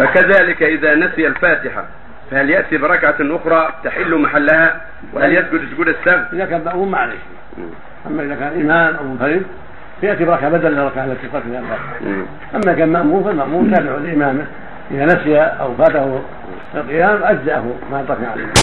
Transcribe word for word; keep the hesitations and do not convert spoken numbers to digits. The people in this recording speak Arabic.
وكذلك إذا نسي الفاتحة فهل يأتي بركعة أخرى تحل محلها وهل يسجد سجود السهو؟ إذا كان مأموم معلش، أما إذا كان إمام أو منفرد فيأتي بركعة بدل الركعة التي قبلها الفاتحة. أما كان مأموم فالمأموم تابع لإمامه، إذا نسي أو فاته القيام أجزأه ما بقي عليه.